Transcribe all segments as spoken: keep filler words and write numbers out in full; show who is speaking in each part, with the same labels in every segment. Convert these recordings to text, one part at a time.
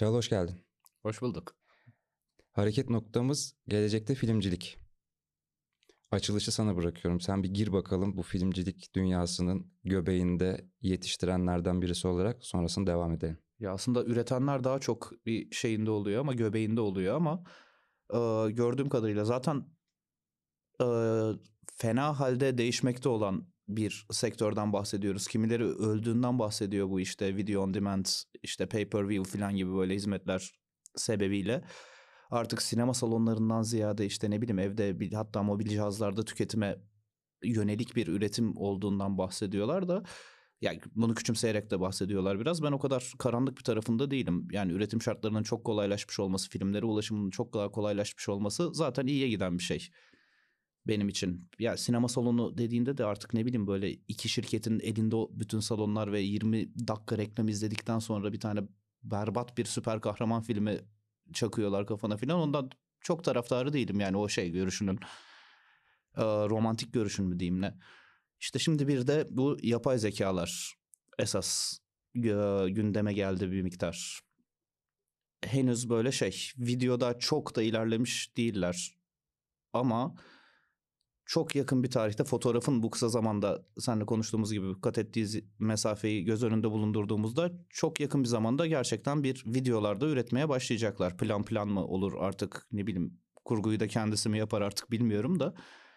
Speaker 1: Çağla hoş geldin.
Speaker 2: Hoş bulduk.
Speaker 1: Hareket noktamız gelecekte filmcilik. Açılışı sana bırakıyorum. Sen bir gir bakalım bu filmcilik dünyasının göbeğinde yetiştirenlerden birisi olarak sonrasında devam edelim.
Speaker 2: Ya aslında üretenler daha çok bir şeyinde oluyor ama göbeğinde oluyor ama e, gördüğüm kadarıyla zaten e, fena halde değişmekte olan bir sektörden bahsediyoruz. Kimileri öldüğünden bahsediyor bu işte video on demand, işte pay-per-view falan gibi böyle hizmetler sebebiyle. Artık sinema salonlarından ziyade işte ne bileyim evde bir, hatta mobil cihazlarda tüketime yönelik bir üretim olduğundan bahsediyorlar da yani bunu küçümseyerek de bahsediyorlar biraz. Ben o kadar karanlık bir tarafında değilim. Yani üretim şartlarının çok kolaylaşmış olması, filmlere ulaşımının çok daha kolaylaşmış olması zaten iyiye giden bir şey benim için. Ya sinema salonu dediğinde de artık ne bileyim böyle iki şirketin elinde o bütün salonlar ve yirmi dakika reklam izledikten sonra bir tane berbat bir süper kahraman filmi çakıyorlar kafana filan. Ondan çok taraftarı değilim yani o şey görüşünün. Ee, romantik görüşün mü diyeyim ne? İşte şimdi bir de bu yapay zekalar esas e, gündeme geldi bir miktar. Henüz böyle şey videoda çok da ilerlemiş değiller ama çok yakın bir tarihte fotoğrafın bu kısa zamanda seninle konuştuğumuz gibi kat ettiği zi- mesafeyi göz önünde bulundurduğumuzda çok yakın bir zamanda gerçekten bir videolarda üretmeye başlayacaklar. Plan plan mı olur artık ne bileyim kurguyu da kendisi mi yapar artık bilmiyorum da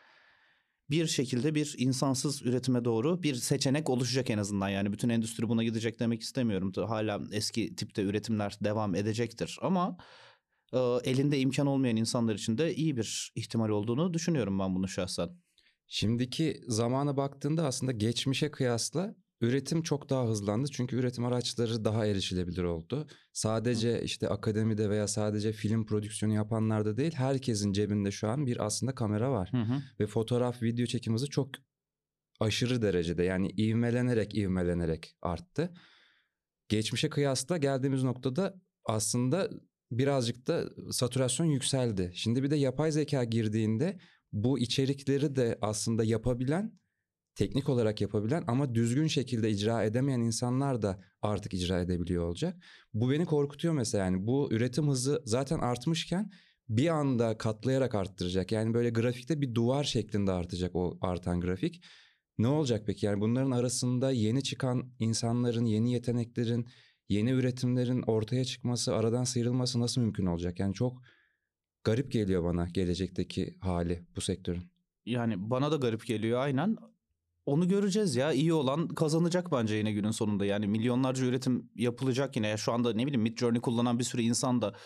Speaker 2: bir şekilde bir insansız üretime doğru bir seçenek oluşacak en azından. Yani bütün endüstri buna gidecek demek istemiyorum. Hala eski tipte üretimler devam edecektir ama e, elinde imkan olmayan insanlar için de iyi bir ihtimal olduğunu düşünüyorum ben bunu şahsen.
Speaker 1: Şimdiki zamana baktığında aslında geçmişe kıyasla üretim çok daha hızlandı. Çünkü üretim araçları daha erişilebilir oldu.
Speaker 2: Hı.
Speaker 1: Sadece işte akademide veya sadece film prodüksiyonu yapanlarda değil, herkesin cebinde şu an bir aslında kamera var.
Speaker 2: Hı hı.
Speaker 1: Ve fotoğraf, video çekim hızı çok aşırı derecede, yani ivmelenerek ivmelenerek arttı. Geçmişe kıyasla geldiğimiz noktada aslında birazcık da saturasyon yükseldi. Şimdi bir de yapay zeka girdiğinde bu içerikleri de aslında yapabilen, teknik olarak yapabilen ama düzgün şekilde icra edemeyen insanlar da artık icra edebiliyor olacak. Bu beni korkutuyor mesela, yani bu üretim hızı zaten artmışken bir anda katlayarak arttıracak. Yani böyle grafikte bir duvar şeklinde artacak o artan grafik. Ne olacak peki? Yani bunların arasında yeni çıkan insanların, yeni yeteneklerin, yeni üretimlerin ortaya çıkması, aradan sıyrılması nasıl mümkün olacak? Yani çok garip geliyor bana gelecekteki hali bu sektörün.
Speaker 2: Yani bana da garip geliyor aynen. Onu göreceğiz ya. İyi olan kazanacak bence yine günün sonunda. Yani milyonlarca üretim yapılacak yine. Ya şu anda ne bileyim Midjourney kullanan bir sürü insan da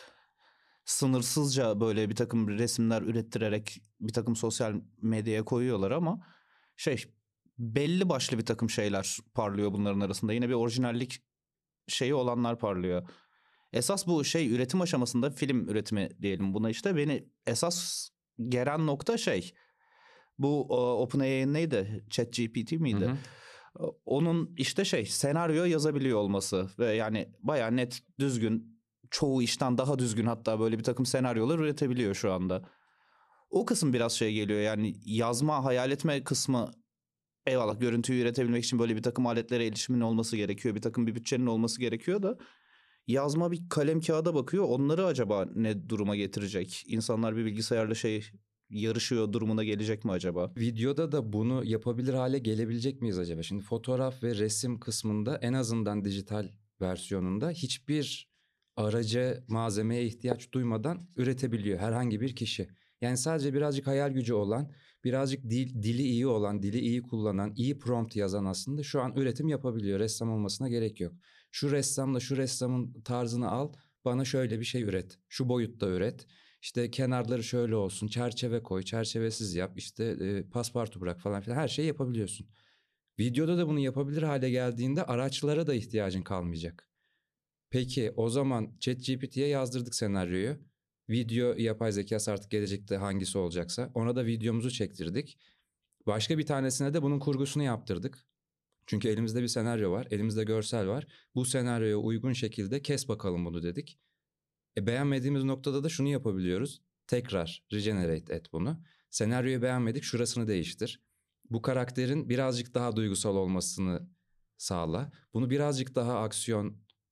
Speaker 2: sınırsızca böyle bir takım resimler ürettirerek bir takım sosyal medyaya koyuyorlar ama şey belli başlı bir takım şeyler parlıyor bunların arasında. Yine bir orijinallik şeyi olanlar parlıyor. Esas bu şey üretim aşamasında film üretimi diyelim buna işte beni esas geren nokta şey bu o, OpenAI'nin neydi? ChatGPT
Speaker 1: Hı
Speaker 2: miydi?
Speaker 1: hı.
Speaker 2: Onun işte şey senaryo yazabiliyor olması ve yani bayağı net düzgün çoğu işten daha düzgün hatta böyle bir takım senaryolar üretebiliyor şu anda. O kısım biraz şey geliyor yani yazma hayal etme kısmı eyvallah görüntüyü üretebilmek için böyle bir takım aletlere erişimin olması gerekiyor. Bir takım bir bütçenin olması gerekiyor da yazma bir kalem kağıda bakıyor. Onları acaba ne duruma getirecek? İnsanlar bir bilgisayarla şey yarışıyor durumuna gelecek mi acaba?
Speaker 1: Videoda da bunu yapabilir hale gelebilecek miyiz acaba? Şimdi fotoğraf ve resim kısmında en azından dijital versiyonunda hiçbir araca, malzemeye ihtiyaç duymadan üretebiliyor herhangi bir kişi. Yani sadece birazcık hayal gücü olan, birazcık dil, dili iyi olan, dili iyi kullanan, iyi prompt yazan aslında şu an üretim yapabiliyor. Ressam olmasına gerek yok. Şu ressamla şu ressamın tarzını al, bana şöyle bir şey üret. Şu boyutta üret. İşte kenarları şöyle olsun, çerçeve koy, çerçevesiz yap, işte e, paspartu bırak falan filan, her şeyi yapabiliyorsun. Videoda da bunu yapabilir hale geldiğinde araçlara da ihtiyacın kalmayacak. Peki o zaman ChatGPT'ye yazdırdık senaryoyu. Video yapay zekası artık gelecekte hangisi olacaksa ona da videomuzu çektirdik. Başka bir tanesine de bunun kurgusunu yaptırdık. Çünkü elimizde bir senaryo var, elimizde görsel var. Bu senaryoya uygun şekilde kes bakalım bunu dedik. E, beğenmediğimiz noktada da şunu yapabiliyoruz. Tekrar regenerate et bunu. Senaryoyu beğenmedik, şurasını değiştir. Bu karakterin birazcık daha duygusal olmasını sağla. Bunu birazcık daha aksiyon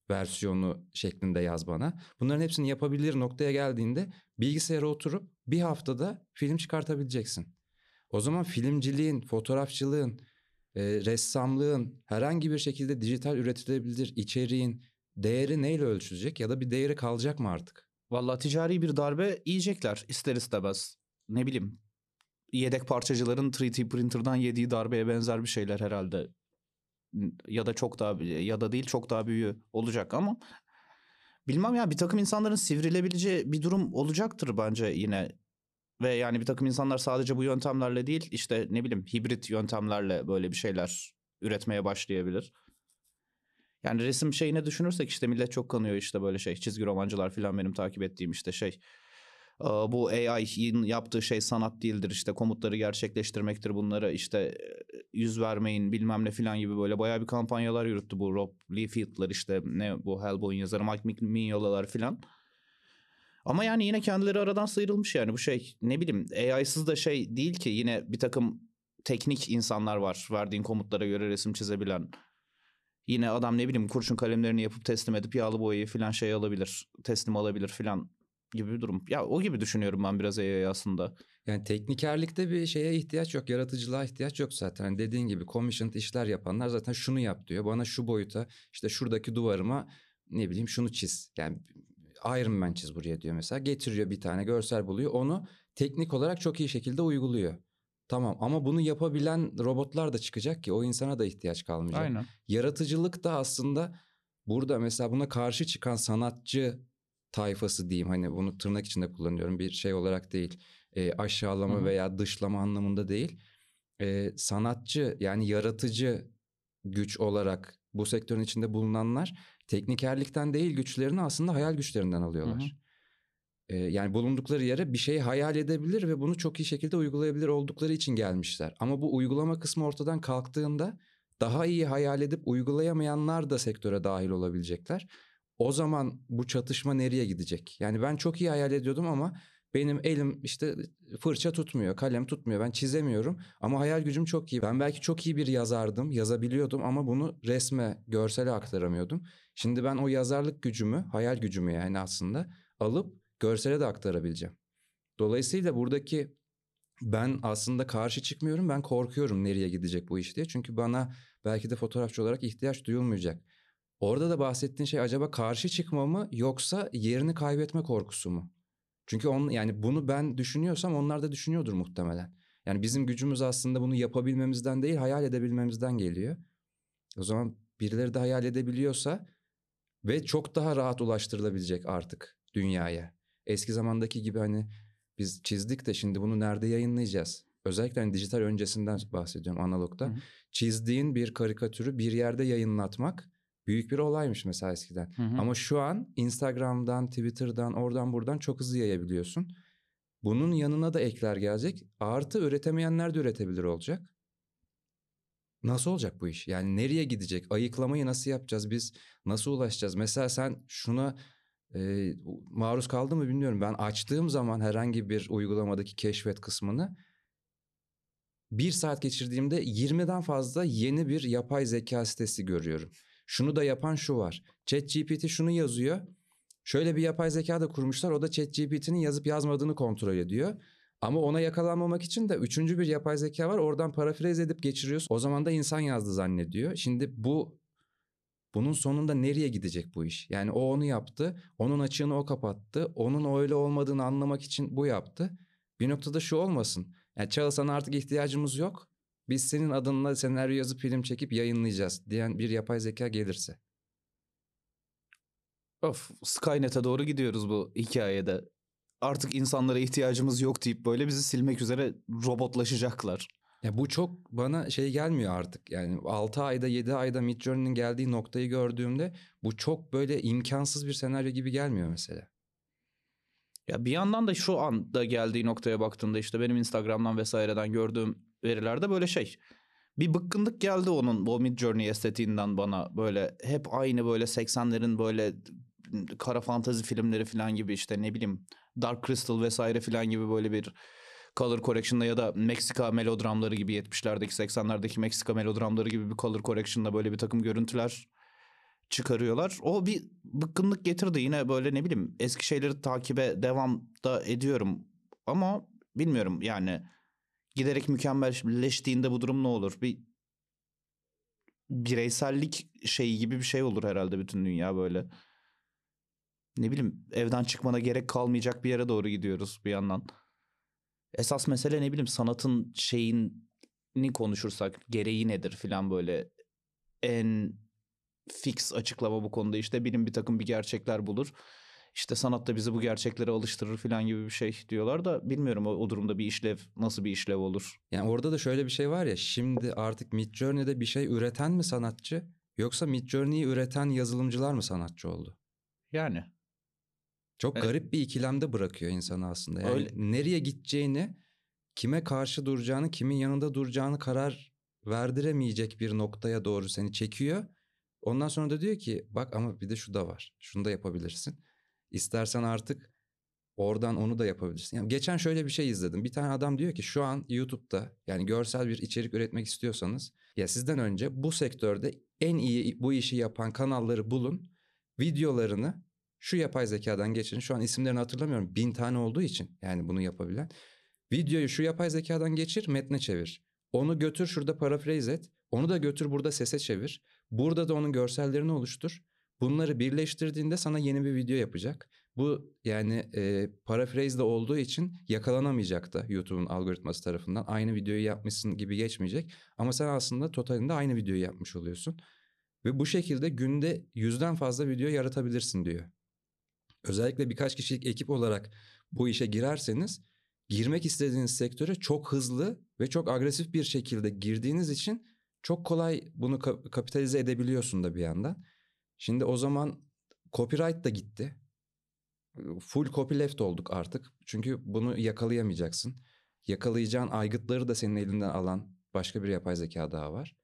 Speaker 1: versiyonu şeklinde yaz bana. Bunların hepsini yapabilir noktaya geldiğinde bilgisayara oturup bir haftada film çıkartabileceksin. O zaman filmciliğin, fotoğrafçılığın, e, ressamlığın herhangi bir şekilde dijital üretilebilir içeriğin değeri neyle ölçülecek ya da bir değeri kalacak mı artık?
Speaker 2: Vallahi ticari bir darbe yiyecekler ister istemez. Ne bileyim, yedek parçacıların üç D printer'dan yediği darbeye benzer bir şeyler herhalde. Ya da çok daha ya da değil çok daha büyüğü olacak ama bilmem ya, bir takım insanların sivrilebileceği bir durum olacaktır bence yine. Ve yani bir takım insanlar sadece bu yöntemlerle değil, işte ne bileyim hibrit yöntemlerle böyle bir şeyler üretmeye başlayabilir. Yani resim şeyine düşünürsek işte millet çok kanıyor işte böyle şey çizgi romancılar falan, benim takip ettiğim işte şey. Bu A I'nin yaptığı şey sanat değildir, işte komutları gerçekleştirmektir, bunlara işte yüz vermeyin bilmem ne falan gibi böyle bayağı bir kampanyalar yürüttü bu Rob Liefeld'lar, işte ne bu Hellboy'un yazarı Mike Mignola'lar falan. Ama yani yine kendileri aradan sıyrılmış yani, bu şey ne bileyim A I'sız da şey değil ki, yine bir takım teknik insanlar var verdiğin komutlara göre resim çizebilen. Yine adam ne bileyim kurşun kalemlerini yapıp teslim edip yağlı boyayı falan şey alabilir, teslim alabilir falan gibi bir durum. Ya o gibi düşünüyorum ben biraz A I'yi aslında.
Speaker 1: Yani teknikerlikte bir şeye ihtiyaç yok, yaratıcılığa ihtiyaç yok zaten. Hani dediğin gibi commissioned işler yapanlar zaten şunu yap diyor. Bana şu boyuta, işte şuradaki duvarıma ne bileyim şunu çiz. Yani Iron Man çiz buraya diyor mesela. Getiriyor bir tane görsel buluyor. Onu teknik olarak çok iyi şekilde uyguluyor. Tamam ama bunu yapabilen robotlar da çıkacak ki o insana da ihtiyaç kalmayacak.
Speaker 2: Aynen.
Speaker 1: Yaratıcılık da aslında burada mesela buna karşı çıkan sanatçı tayfası diyeyim. Hani bunu tırnak içinde kullanıyorum, bir şey olarak değil. E,
Speaker 2: Hı
Speaker 1: aşağılama
Speaker 2: hı.
Speaker 1: veya dışlama anlamında değil. E, sanatçı yani yaratıcı güç olarak bu sektörün içinde bulunanlar teknikerlikten değil güçlerini aslında hayal güçlerinden
Speaker 2: Hı hı.
Speaker 1: alıyorlar. Ee, yani bulundukları yere bir şeyi hayal edebilir ve bunu çok iyi şekilde uygulayabilir oldukları için gelmişler. Ama bu uygulama kısmı ortadan kalktığında daha iyi hayal edip uygulayamayanlar da sektöre dahil olabilecekler. O zaman bu çatışma nereye gidecek? Yani ben çok iyi hayal ediyordum ama benim elim işte fırça tutmuyor, kalem tutmuyor. Ben çizemiyorum ama hayal gücüm çok iyi. Ben belki çok iyi bir yazardım, yazabiliyordum ama bunu resme, görsele aktaramıyordum. Şimdi ben o yazarlık gücümü, hayal gücümü yani aslında alıp görsele de aktarabileceğim. Dolayısıyla buradaki ben aslında karşı çıkmıyorum, ben korkuyorum nereye gidecek bu iş diye. Çünkü bana belki de fotoğrafçı olarak ihtiyaç duyulmayacak. Orada da bahsettiğin şey acaba karşı çıkma mı yoksa yerini kaybetme korkusu mu? Çünkü on, yani bunu ben düşünüyorsam onlar da düşünüyordur muhtemelen. Yani bizim gücümüz aslında bunu yapabilmemizden değil hayal edebilmemizden geliyor. O zaman birileri de hayal edebiliyorsa ve çok daha rahat ulaştırılabilecek artık dünyaya. Eski zamandaki gibi hani biz çizdik de şimdi bunu nerede yayınlayacağız? Özellikle hani dijital öncesinden bahsediyorum,
Speaker 2: Hı
Speaker 1: analogta.
Speaker 2: hı.
Speaker 1: Çizdiğin bir karikatürü bir yerde yayınlatmak büyük bir olaymış mesela eskiden.
Speaker 2: Hı hı.
Speaker 1: Ama şu an Instagram'dan, Twitter'dan, oradan buradan çok hızlı yayabiliyorsun. Bunun yanına da ekler gelecek. Artı üretemeyenler de üretebilir olacak. Nasıl olacak bu iş? Yani nereye gidecek? Ayıklamayı nasıl yapacağız? Biz nasıl ulaşacağız? Mesela sen şuna e, maruz kaldın mı bilmiyorum. Ben açtığım zaman herhangi bir uygulamadaki keşfet kısmını bir saat geçirdiğimde yirmiden fazla yeni bir yapay zeka sitesi görüyorum. Şunu da yapan şu var. ChatGPT şunu yazıyor. Şöyle bir yapay zeka da kurmuşlar. O da ChatGPT'nin yazıp yazmadığını kontrol ediyor. Ama ona yakalanmamak için de üçüncü bir yapay zeka var. Oradan parafraze edip geçiriyorsun. O zaman da insan yazdı zannediyor. Şimdi bu bunun sonunda nereye gidecek bu iş? Yani o onu yaptı. Onun açığını o kapattı. Onun öyle olmadığını anlamak için bu yaptı. Bir noktada şu olmasın. Yani Çağla artık ihtiyacımız yok. Biz senin adınla senaryo yazıp film çekip yayınlayacağız diyen bir yapay zeka gelirse.
Speaker 2: Of, Skynet'e doğru gidiyoruz bu hikayede. Artık insanlara ihtiyacımız yok deyip böyle bizi silmek üzere robotlaşacaklar.
Speaker 1: Ya bu çok bana şey gelmiyor artık. Yani altı ayda yedi ayda Midjourney'nin geldiği noktayı gördüğümde bu çok böyle imkansız bir senaryo gibi gelmiyor mesela.
Speaker 2: Ya bir yandan da şu anda geldiği noktaya baktığımda işte benim Instagram'dan vesaireden gördüğüm verilerde böyle şey. Bir bıkkınlık geldi onun o Midjourney estetiğinden bana, böyle hep aynı böyle seksenlerin böyle kara fantazi filmleri falan gibi, işte ne bileyim Dark Crystal vesaire falan gibi böyle bir color correction'la ya da Meksika melodramları gibi yetmişlerdeki seksenlerdeki Meksika melodramları gibi bir color correction'la böyle bir takım görüntüler çıkarıyorlar. O bir bıkkınlık getirdi. Yine böyle ne bileyim eski şeyleri takibe devam da ediyorum. Ama bilmiyorum yani giderek mükemmelleştiğinde bu durum ne olur? Bir bireysellik şeyi gibi bir şey olur herhalde bütün dünya böyle. Ne bileyim evden çıkmana gerek kalmayacak bir yere doğru gidiyoruz bir yandan. Esas mesele ne bileyim sanatın şeyini konuşursak gereği nedir filan böyle en fix açıklama bu konuda işte bilim bir takım bir gerçekler bulur. İşte sanat da bizi bu gerçeklere alıştırır filan gibi bir şey diyorlar da bilmiyorum o, o durumda bir işlev nasıl bir işlev olur.
Speaker 1: Yani orada da şöyle bir şey var ya, şimdi artık Midjourney'de bir şey üreten mi sanatçı, yoksa Midjourney'i üreten yazılımcılar mı sanatçı oldu?
Speaker 2: Yani
Speaker 1: Çok
Speaker 2: e,
Speaker 1: garip bir ikilemde bırakıyor insanı aslında. Yani
Speaker 2: öyle
Speaker 1: nereye gideceğini, kime karşı duracağını, kimin yanında duracağını karar verdiremeyecek bir noktaya doğru seni çekiyor. Ondan sonra da diyor ki bak ama bir de şu da var. Şunu da yapabilirsin. İstersen artık oradan onu da yapabilirsin. Yani geçen şöyle bir şey izledim. Bir tane adam diyor ki şu an YouTube'da, yani görsel bir içerik üretmek istiyorsanız, ya sizden önce bu sektörde en iyi bu işi yapan kanalları bulun. Videolarını şu yapay zekadan geçirin. Şu an isimlerini hatırlamıyorum. Bin tane olduğu için yani bunu yapabilen. Videoyu şu yapay zekadan geçir, metne çevir. Onu götür şurada paraphrase et. Onu da götür burada sese çevir. Burada da onun görsellerini oluştur. Bunları birleştirdiğinde sana yeni bir video yapacak. Bu yani e, paraphrase de olduğu için yakalanamayacak da YouTube'un algoritması tarafından. Aynı videoyu yapmışsın gibi geçmeyecek. Ama sen aslında totalinde aynı videoyu yapmış oluyorsun. Ve bu şekilde günde yüzden fazla video yaratabilirsin diyor. Özellikle birkaç kişilik ekip olarak bu işe girerseniz, girmek istediğiniz sektöre çok hızlı ve çok agresif bir şekilde girdiğiniz için çok kolay bunu kapitalize edebiliyorsun da bir yandan. Şimdi o zaman copyright da gitti. Full copyleft olduk artık. Çünkü bunu yakalayamayacaksın. Yakalayacağın aygıtları da senin elinden alan başka bir yapay zeka daha var.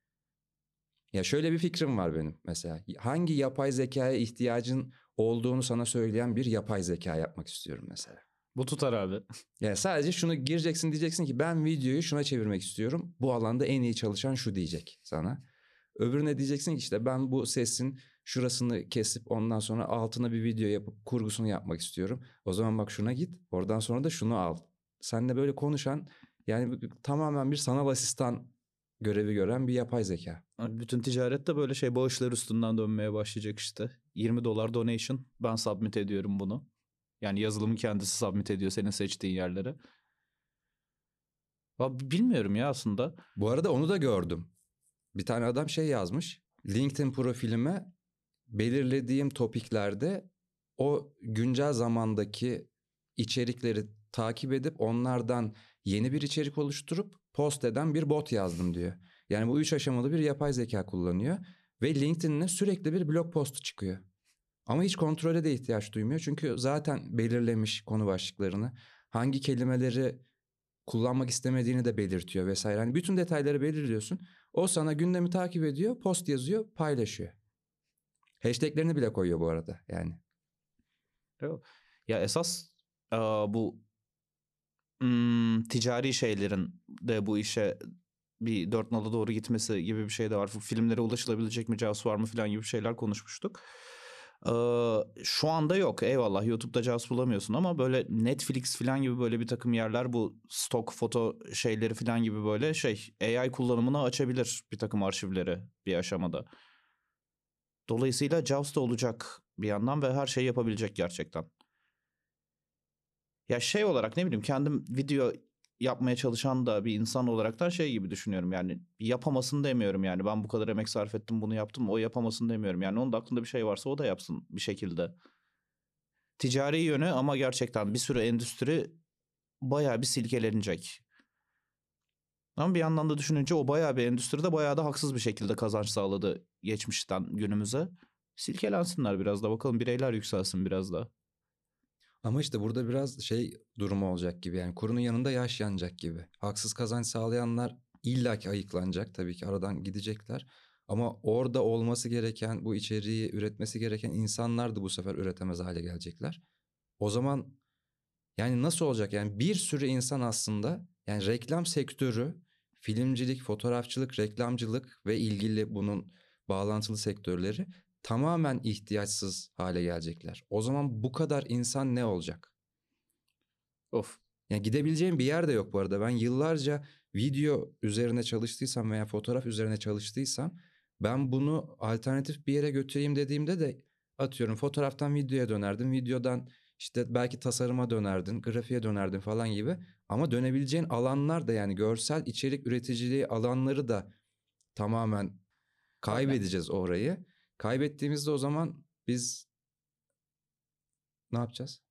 Speaker 1: Ya şöyle bir fikrim var benim mesela. Hangi yapay zekaya ihtiyacın olduğunu sana söyleyen bir yapay zeka yapmak istiyorum mesela.
Speaker 2: bu tutar abi.
Speaker 1: Yani sadece şunu gireceksin, diyeceksin ki ben videoyu şuna çevirmek istiyorum. Bu alanda en iyi çalışan şu diyecek sana. Öbürüne diyeceksin ki işte ben bu sesin şurasını kesip ondan sonra altına bir video yapıp kurgusunu yapmak istiyorum. O zaman bak şuna git, oradan sonra da şunu al. Seninle böyle konuşan, yani tamamen bir sanal asistan görevi gören bir yapay zeka.
Speaker 2: Abi bütün ticaret de böyle şey bağışlar üstünden dönmeye başlayacak işte. yirmi dolar donation ben submit ediyorum bunu. Yani yazılımın kendisi submit ediyor senin seçtiğin yerlere. Abi bilmiyorum ya aslında.
Speaker 1: Bu arada onu da gördüm. Bir tane adam şey yazmış. LinkedIn profilime belirlediğim topiklerde o güncel zamandaki içerikleri takip edip onlardan yeni bir içerik oluşturup post eden bir bot yazdım diyor. Yani bu üç aşamalı bir yapay zeka kullanıyor ve LinkedIn'e sürekli bir blog postu çıkıyor. Ama hiç kontrole de ihtiyaç duymuyor çünkü zaten belirlemiş konu başlıklarını, hangi kelimeleri kullanmak istemediğini de belirtiyor vesaire. Hani bütün detayları belirliyorsun. O sana gündemi takip ediyor, post yazıyor, paylaşıyor. Hashtaglerini bile koyuyor bu arada yani.
Speaker 2: Ya esas aa, bu hmm, ticari şeylerin de bu işe bir dört nala doğru gitmesi gibi bir şey de var. Bu filmlere ulaşılabilecek mi, casus var mı falan gibi şeyler konuşmuştuk. Ee, şu anda yok eyvallah YouTube'da casus bulamıyorsun ama böyle Netflix falan gibi böyle bir takım yerler bu stok foto şeyleri falan gibi böyle şey A I kullanımını açabilir bir takım arşivleri bir aşamada. Dolayısıyla casus da olacak bir yandan ve her şeyi yapabilecek gerçekten. Ya şey olarak ne bileyim kendim video yapmaya çalışan da bir insan olaraktan şey gibi düşünüyorum yani yapamasın demiyorum yani ben bu kadar emek sarf ettim bunu yaptım o yapamasın demiyorum yani onun da aklında bir şey varsa o da yapsın bir şekilde. Ticari yönü ama gerçekten bir sürü endüstri bayağı bir silkelenecek. Ama bir yandan da düşününce o bayağı bir endüstride bayağı da haksız bir şekilde kazanç sağladı geçmişten günümüze. Silkelensinler biraz da bakalım bireyler yükselsin biraz da.
Speaker 1: Ama işte burada biraz şey durumu olacak gibi, yani kurunun yanında yaş yanacak gibi. Haksız kazanç sağlayanlar illaki ayıklanacak, tabii ki aradan gidecekler. Ama orada olması gereken, bu içeriği üretmesi gereken insanlar da bu sefer üretemez hale gelecekler. O zaman yani nasıl olacak? Yani bir sürü insan aslında, yani reklam sektörü, filmcilik, fotoğrafçılık, reklamcılık ve ilgili bunun bağlantılı sektörleri tamamen ihtiyaçsız hale gelecekler. O zaman bu kadar insan ne olacak?
Speaker 2: Of.
Speaker 1: Yani gidebileceğim bir yer de yok bu arada. Ben yıllarca video üzerine çalıştıysam veya fotoğraf üzerine çalıştıysam ben bunu alternatif bir yere götüreyim dediğimde de atıyorum fotoğraftan videoya dönerdim. Videodan işte belki tasarıma dönerdin, grafiğe dönerdin falan gibi. Ama dönebileceğin alanlar da yani görsel içerik üreticiliği alanları da tamamen
Speaker 2: Öyle.
Speaker 1: kaybedeceğiz orayı. Kaybettiğimizde o zaman biz ne yapacağız?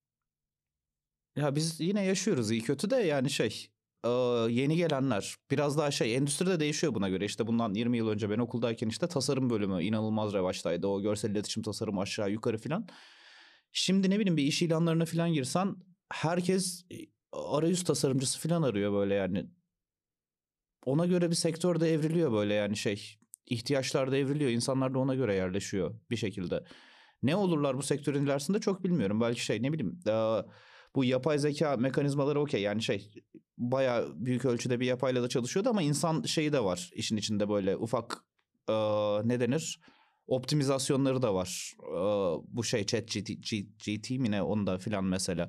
Speaker 2: Ya biz yine yaşıyoruz iyi kötü de yani şey e, yeni gelenler biraz daha şey endüstride değişiyor buna göre. İşte bundan yirmi yıl önce ben okuldayken işte tasarım bölümü inanılmaz revaçtaydı. O görsel iletişim tasarımı aşağı yukarı filan. Şimdi ne bileyim bir iş ilanlarına filan girsen herkes e, arayüz tasarımcısı filan arıyor böyle yani. Ona göre bir sektör de evriliyor böyle yani şey ihtiyaçlar da evriliyor. İnsanlar da ona göre yerleşiyor bir şekilde. Ne olurlar bu sektörün ilerisinde çok bilmiyorum. Belki şey ne bileyim daha bu yapay zeka mekanizmaları okey yani şey bayağı büyük ölçüde bir yapayla da çalışıyordu ama insan şeyi de var işin içinde böyle ufak e, ne denir optimizasyonları da var. E, bu şey chat G T, G, G T mi ne onda filan mesela.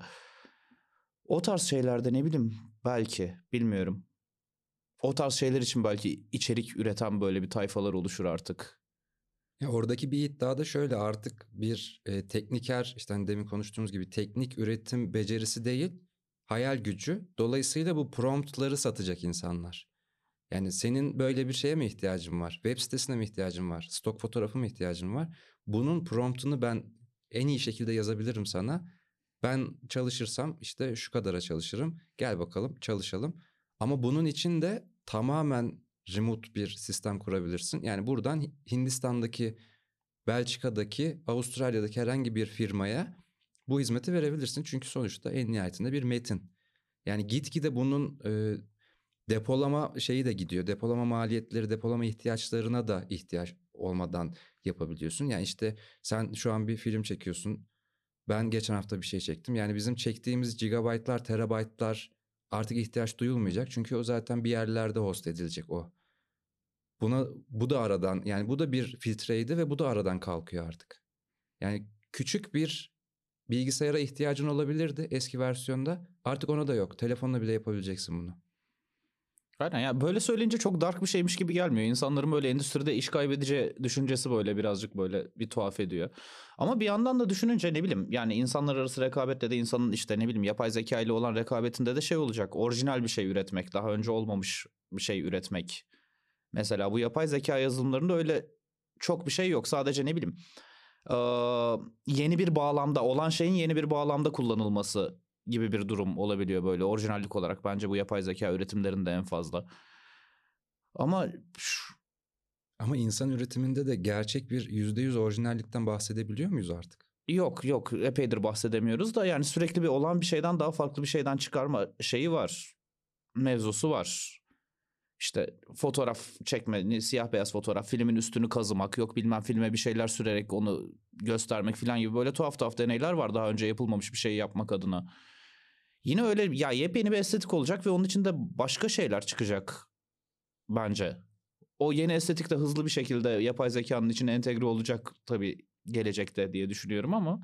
Speaker 2: O tarz şeylerde ne bileyim belki bilmiyorum. O tarz şeyler için belki içerik üreten böyle bir tayfalar oluşur artık.
Speaker 1: Ya oradaki bir iddia da şöyle artık bir e, tekniker işte hani demin konuştuğumuz gibi teknik üretim becerisi değil hayal gücü. Dolayısıyla bu promptları satacak insanlar. Yani senin böyle bir şeye mi ihtiyacın var? Web sitesine mi ihtiyacın var? Stok fotoğrafı mı ihtiyacın var? Bunun promptunu ben en iyi şekilde yazabilirim sana. Ben çalışırsam işte şu kadara çalışırım. Gel bakalım çalışalım. Ama bunun için de tamamen remote bir sistem kurabilirsin. Yani buradan Hindistan'daki, Belçika'daki, Avustralya'daki herhangi bir firmaya bu hizmeti verebilirsin. Çünkü sonuçta en nihayetinde bir metin. Yani gitgide bunun e, depolama şeyi de gidiyor. Depolama maliyetleri, depolama ihtiyaçlarına da ihtiyaç olmadan yapabiliyorsun. Yani işte sen şu an bir film çekiyorsun. Ben geçen hafta bir şey çektim. Yani bizim çektiğimiz gigabaytlar, terabaytlar artık ihtiyaç duyulmayacak. Çünkü o zaten bir yerlerde host edilecek o. Buna bu da aradan yani bu da bir filtreydi ve bu da aradan kalkıyor artık. Yani küçük bir bilgisayara ihtiyacın olabilirdi eski versiyonda. Artık ona da yok. Telefonla bile yapabileceksin bunu.
Speaker 2: Aynen ya böyle söyleyince çok dark bir şeymiş gibi gelmiyor. İnsanların böyle endüstride iş kaybedeceği düşüncesi böyle birazcık böyle bir tuhaf ediyor. Ama bir yandan da düşününce ne bileyim yani insanlar arası rekabette de insanın işte ne bileyim yapay zeka ile olan rekabetinde de şey olacak. Orijinal bir şey üretmek, daha önce olmamış bir şey üretmek. Mesela bu yapay zeka yazılımlarında öyle çok bir şey yok. Sadece ne bileyim eee, yeni bir bağlamda olan şeyin yeni bir bağlamda kullanılması gibi bir durum olabiliyor böyle orijinallik olarak. Bence bu yapay zeka üretimlerinde en fazla. Ama şu-
Speaker 1: Ama insan üretiminde de gerçek bir yüzde yüz orijinallikten bahsedebiliyor muyuz artık?
Speaker 2: yok yok epeydir bahsedemiyoruz da yani sürekli bir olan bir şeyden daha farklı bir şeyden çıkarma şeyi var. Mevzusu var. İşte fotoğraf çekme, siyah beyaz fotoğraf, filmin üstünü kazımak, yok bilmem filme bir şeyler sürerek onu göstermek falan gibi böyle tuhaf tuhaf deneyler var daha önce yapılmamış bir şey yapmak adına. Yine öyle ya yepyeni bir estetik olacak ve onun içinde başka şeyler çıkacak bence. O yeni estetik de hızlı bir şekilde yapay zekanın içine entegre olacak tabii gelecekte diye düşünüyorum ama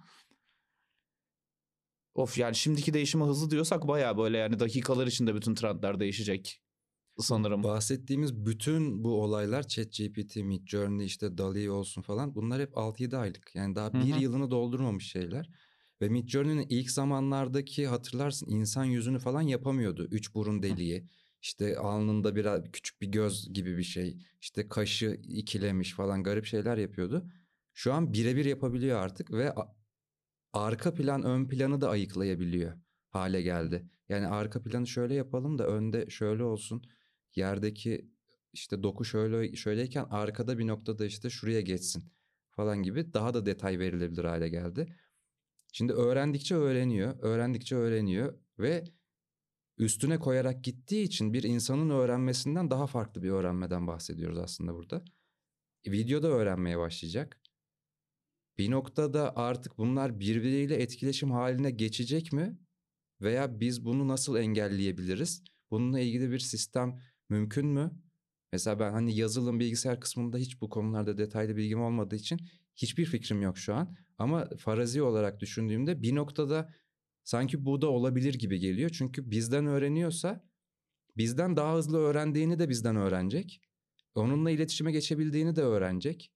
Speaker 2: of yani şimdiki değişimi hızlı diyorsak bayağı böyle yani dakikalar içinde bütün trendler değişecek
Speaker 1: Bu
Speaker 2: sanırım.
Speaker 1: bahsettiğimiz bütün bu olaylar ChatGPT, Midjourney, işte DALL-E olsun falan bunlar hep altı yedi aylık. Yani
Speaker 2: Hı
Speaker 1: daha bir
Speaker 2: hı.
Speaker 1: yılını doldurmamış şeyler. Ve Midjourney'nin ilk zamanlardaki hatırlarsın insan yüzünü falan yapamıyordu. Üç burun deliği, işte alnında biraz küçük bir göz gibi bir şey, işte kaşı ikilemiş falan garip şeyler yapıyordu. Şu an birebir yapabiliyor artık ve a- arka plan ön planı da ayıklayabiliyor hale geldi. Yani arka planı şöyle yapalım da önde şöyle olsun. Yerdeki işte doku şöyle şöyleyken arkada bir noktada işte şuraya geçsin falan gibi daha da detay verilebilir hale geldi. Şimdi öğrendikçe öğreniyor, öğrendikçe öğreniyor ve üstüne koyarak gittiği için bir insanın öğrenmesinden daha farklı bir öğrenmeden bahsediyoruz aslında burada. Videoda öğrenmeye başlayacak. Bir noktada artık bunlar birbiriyle etkileşim haline geçecek mi? Veya biz bunu nasıl engelleyebiliriz? Bununla ilgili bir sistem mümkün mü? Mesela ben hani yazılım bilgisayar kısmında hiç bu konularda detaylı bilgim olmadığı için Hiçbir fikrim yok şu an. Ama farazi olarak düşündüğümde bir noktada sanki bu da olabilir gibi geliyor. Çünkü bizden öğreniyorsa bizden daha hızlı öğrendiğini de bizden öğrenecek. Onunla iletişime geçebildiğini de öğrenecek.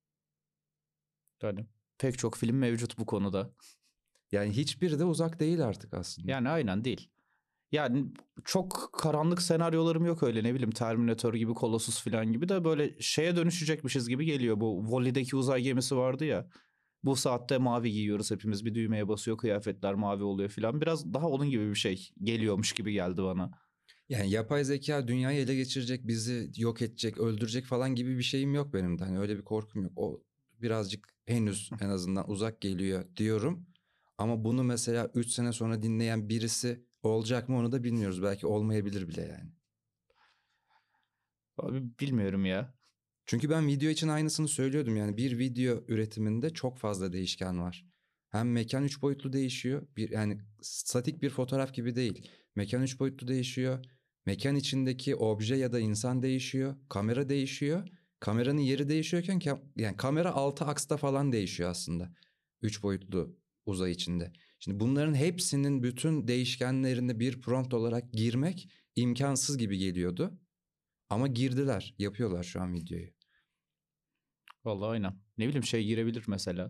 Speaker 2: Yani pek çok film mevcut bu konuda.
Speaker 1: Yani hiçbiri de uzak değil artık aslında.
Speaker 2: Yani aynen değil. Yani çok karanlık senaryolarım yok öyle, ne bileyim, Terminator gibi, Colossus falan gibi, de böyle şeye dönüşecekmişiz gibi geliyor. Bu Wall-E'deki uzay gemisi vardı ya. Bu saatte mavi giyiyoruz hepimiz, bir düğmeye basıyor, kıyafetler mavi oluyor falan. Biraz daha onun gibi bir şey geliyormuş gibi geldi bana.
Speaker 1: Yani yapay zeka dünyayı ele geçirecek, bizi yok edecek, öldürecek falan gibi bir şeyim yok benim de. Hani öyle bir korkum yok. O birazcık henüz en azından uzak geliyor diyorum. Ama bunu mesela üç sene sonra dinleyen birisi olacak mı onu da bilmiyoruz. Belki olmayabilir bile yani.
Speaker 2: Abi bilmiyorum ya.
Speaker 1: Çünkü ben video için aynısını söylüyordum. Yani bir video üretiminde çok fazla değişken var. Hem mekan üç boyutlu değişiyor. Bir, yani statik bir fotoğraf gibi değil. Mekan üç boyutlu değişiyor. Mekan içindeki obje ya da insan değişiyor. Kamera değişiyor. Kameranın yeri değişiyorken yani kamera altı aksta falan değişiyor aslında. Üç boyutlu uzay içinde. Şimdi bunların hepsinin bütün değişkenlerini bir prompt olarak girmek imkansız gibi geliyordu. Ama girdiler, yapıyorlar şu an videoyu.
Speaker 2: Vallahi aynen. Ne bileyim, şey girebilir mesela.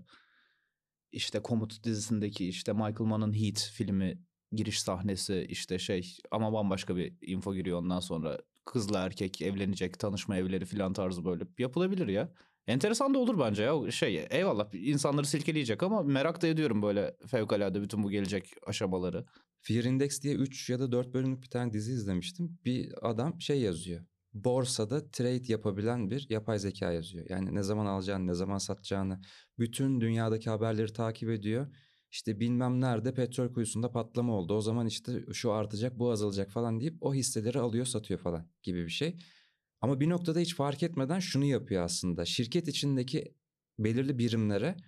Speaker 2: İşte Komut dizisindeki işte Michael Mann'ın Heat filmi giriş sahnesi, işte şey, ama bambaşka bir info giriyor ondan sonra. Kızla erkek evlenecek, tanışma evleri falan tarzı böyle yapılabilir ya. Enteresan da olur bence ya. Şey, eyvallah, insanları silkeleyecek ama merak da ediyorum böyle fevkalade bütün bu gelecek aşamaları.
Speaker 1: Fear Index diye üç ya da dört bölümlük bir tane dizi izlemiştim. Bir adam şey yazıyor. Borsada trade yapabilen bir yapay zeka yazıyor. Yani ne zaman alacağını, ne zaman satacağını, bütün dünyadaki haberleri takip ediyor. İşte bilmem nerede petrol kuyusunda patlama oldu. O zaman işte şu artacak, bu azalacak falan deyip o hisseleri alıyor, satıyor falan gibi bir şey. Ama bir noktada hiç fark etmeden şunu yapıyor aslında. Şirket içindeki belirli birimlere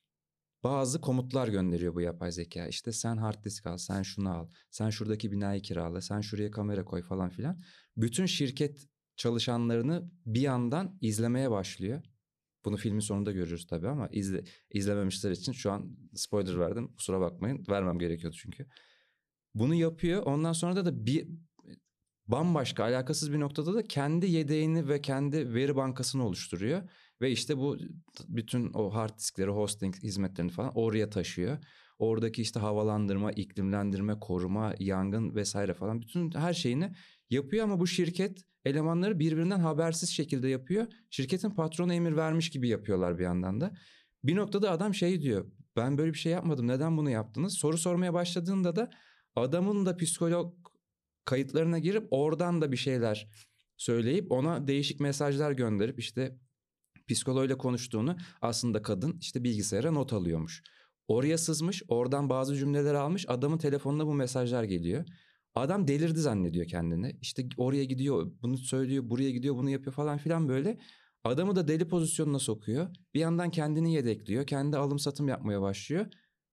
Speaker 1: bazı komutlar gönderiyor bu yapay zeka. İşte sen hard disk al, sen şunu al, sen şuradaki binayı kirala, sen şuraya kamera koy falan filan. Bütün şirket çalışanlarını bir yandan izlemeye başlıyor. Bunu filmin sonunda görürüz tabii ama izle, izlememişler için şu an spoiler verdim. Kusura bakmayın. Vermem gerekiyordu çünkü. Bunu yapıyor. Ondan sonra da, da bir bambaşka alakasız bir noktada da kendi yedeğini ve kendi veri bankasını oluşturuyor. Ve işte bu bütün o hard diskleri, hosting hizmetlerini falan oraya taşıyor. Oradaki işte havalandırma, iklimlendirme, koruma, yangın vesaire falan bütün her şeyini yapıyor ama bu şirket elemanları birbirinden habersiz şekilde yapıyor. Şirketin patronu emir vermiş gibi yapıyorlar bir yandan da. Bir noktada adam şey diyor. Ben böyle bir şey yapmadım. Neden bunu yaptınız? Soru sormaya başladığında da adamın da psikolog kayıtlarına girip oradan da bir şeyler söyleyip ona değişik mesajlar gönderip işte psikoloğuyla konuştuğunu, aslında kadın işte bilgisayara not alıyormuş. Oraya sızmış, oradan bazı cümleler almış, adamın telefonuna bu mesajlar geliyor. Adam delirdi zannediyor kendini. İşte oraya gidiyor, bunu söylüyor, buraya gidiyor, bunu yapıyor falan filan böyle. Adamı da deli pozisyonuna sokuyor. Bir yandan kendini yedekliyor, kendi alım satım yapmaya başlıyor.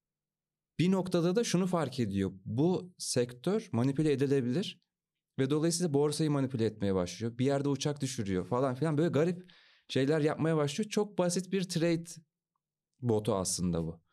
Speaker 1: Bir noktada da şunu fark ediyor. Bu sektör manipüle edilebilir ve dolayısıyla borsayı manipüle etmeye başlıyor. Bir yerde uçak düşürüyor falan filan, böyle garip şeyler yapmaya başlıyor. Çok basit bir trade botu aslında bu.